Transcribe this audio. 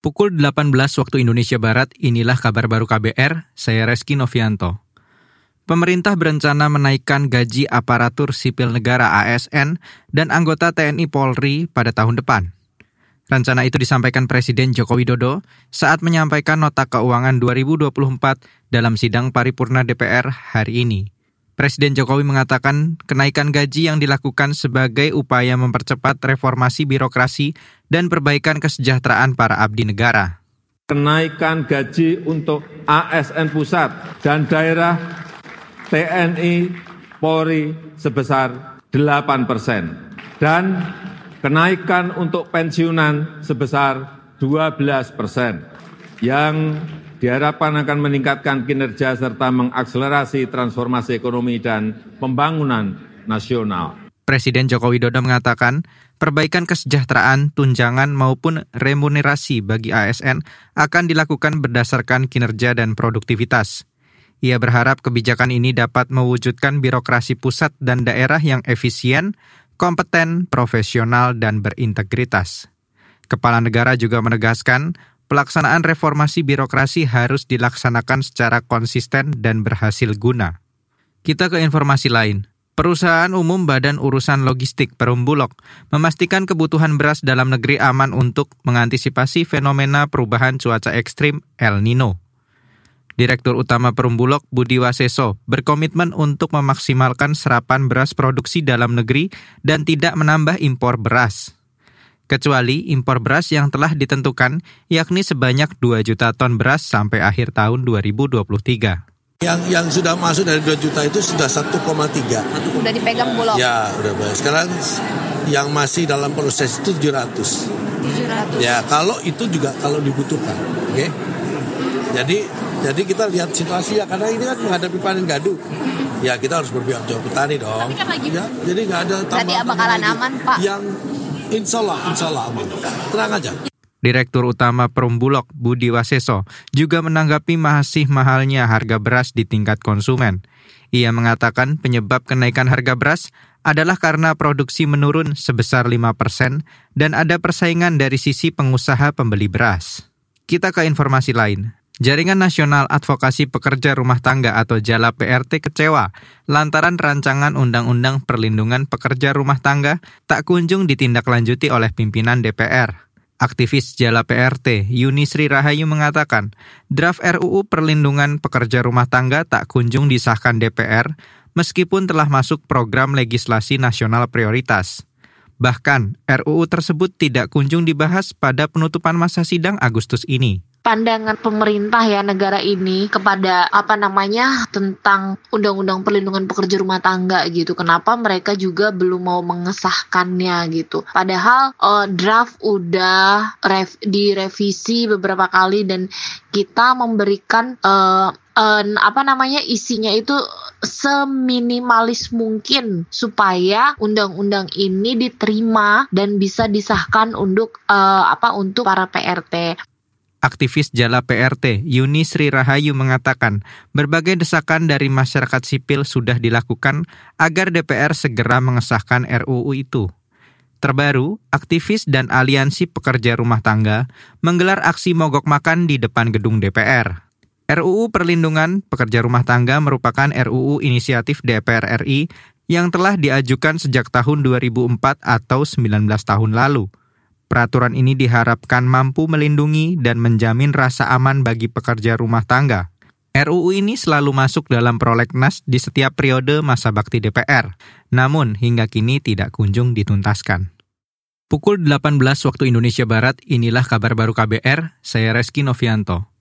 Pukul 18 waktu Indonesia Barat, inilah kabar baru KBR, saya Reski Novianto. Pemerintah berencana menaikkan gaji aparatur sipil negara ASN dan anggota TNI Polri pada tahun depan. Rencana itu disampaikan Presiden Joko Widodo saat menyampaikan nota keuangan 2024 dalam sidang paripurna DPR hari ini. Presiden Jokowi mengatakan kenaikan gaji yang dilakukan sebagai upaya mempercepat reformasi birokrasi dan perbaikan kesejahteraan para abdi negara. Kenaikan gaji untuk ASN pusat dan daerah TNI Polri sebesar 8% dan kenaikan untuk pensiunan sebesar 12% yang diharapkan akan meningkatkan kinerja serta mengakselerasi transformasi ekonomi dan pembangunan nasional. Presiden Joko Widodo mengatakan, perbaikan kesejahteraan, tunjangan maupun remunerasi bagi ASN akan dilakukan berdasarkan kinerja dan produktivitas. Ia berharap kebijakan ini dapat mewujudkan birokrasi pusat dan daerah yang efisien, kompeten, profesional, dan berintegritas. Kepala negara juga menegaskan, pelaksanaan reformasi birokrasi harus dilaksanakan secara konsisten dan berhasil guna. Kita ke informasi lain. Perusahaan umum Badan Urusan Logistik Perumbulok memastikan kebutuhan beras dalam negeri aman untuk mengantisipasi fenomena perubahan cuaca ekstrim El Nino. Direktur Utama Perumbulok Budi Waseso berkomitmen untuk memaksimalkan serapan beras produksi dalam negeri dan tidak menambah impor beras. Kecuali impor beras yang telah ditentukan, yakni sebanyak 2 juta ton beras sampai akhir tahun 2023. Yang sudah masuk dari 2 juta itu sudah 1,3. Sudah dipegang Bulog? Ya, udah banyak. Sekarang yang masih dalam proses itu 700. Ya, kalau itu juga kalau dibutuhkan. Oke? Jadi kita lihat situasi ya, karena ini kan menghadapi panen gadu. Ya, kita harus berpihak jauh petani dong. Tapi kan lagi ya, jadi nggak ada tambahan. Tadi bakalan aman, Pak. Yang Insya Allah aman. Tenang aja. Direktur Utama Perumbulok Budi Waseso juga menanggapi masih mahalnya harga beras di tingkat konsumen. Ia mengatakan penyebab kenaikan harga beras adalah karena produksi menurun sebesar 5% dan ada persaingan dari sisi pengusaha pembeli beras. Kita ke informasi lain. Jaringan Nasional Advokasi Pekerja Rumah Tangga atau JALA PRT kecewa lantaran rancangan Undang-Undang Perlindungan Pekerja Rumah Tangga tak kunjung ditindaklanjuti oleh pimpinan DPR. Aktivis JALA PRT, Yuni Sri Rahayu mengatakan, draft RUU Perlindungan Pekerja Rumah Tangga tak kunjung disahkan DPR meskipun telah masuk program legislasi nasional prioritas. Bahkan, RUU tersebut tidak kunjung dibahas pada penutupan masa sidang Agustus ini. Pandangan pemerintah ya negara ini kepada tentang Undang-Undang Perlindungan Pekerja Rumah Tangga gitu. Kenapa mereka juga belum mau mengesahkannya gitu. Padahal draft udah direvisi beberapa kali dan kita memberikan isinya itu seminimalis mungkin supaya undang-undang ini diterima dan bisa disahkan untuk para PRT. Aktivis JALA PRT, Yuni Sri Rahayu mengatakan, berbagai desakan dari masyarakat sipil sudah dilakukan agar DPR segera mengesahkan RUU itu. Terbaru, aktivis dan aliansi pekerja rumah tangga menggelar aksi mogok makan di depan gedung DPR. RUU Perlindungan Pekerja Rumah Tangga merupakan RUU inisiatif DPR RI yang telah diajukan sejak tahun 2004 atau 19 tahun lalu. Peraturan ini diharapkan mampu melindungi dan menjamin rasa aman bagi pekerja rumah tangga. RUU ini selalu masuk dalam prolegnas di setiap periode masa bakti DPR, namun hingga kini tidak kunjung dituntaskan. Pukul 18 waktu Indonesia Barat, inilah kabar baru KBR, saya Reski Novianto.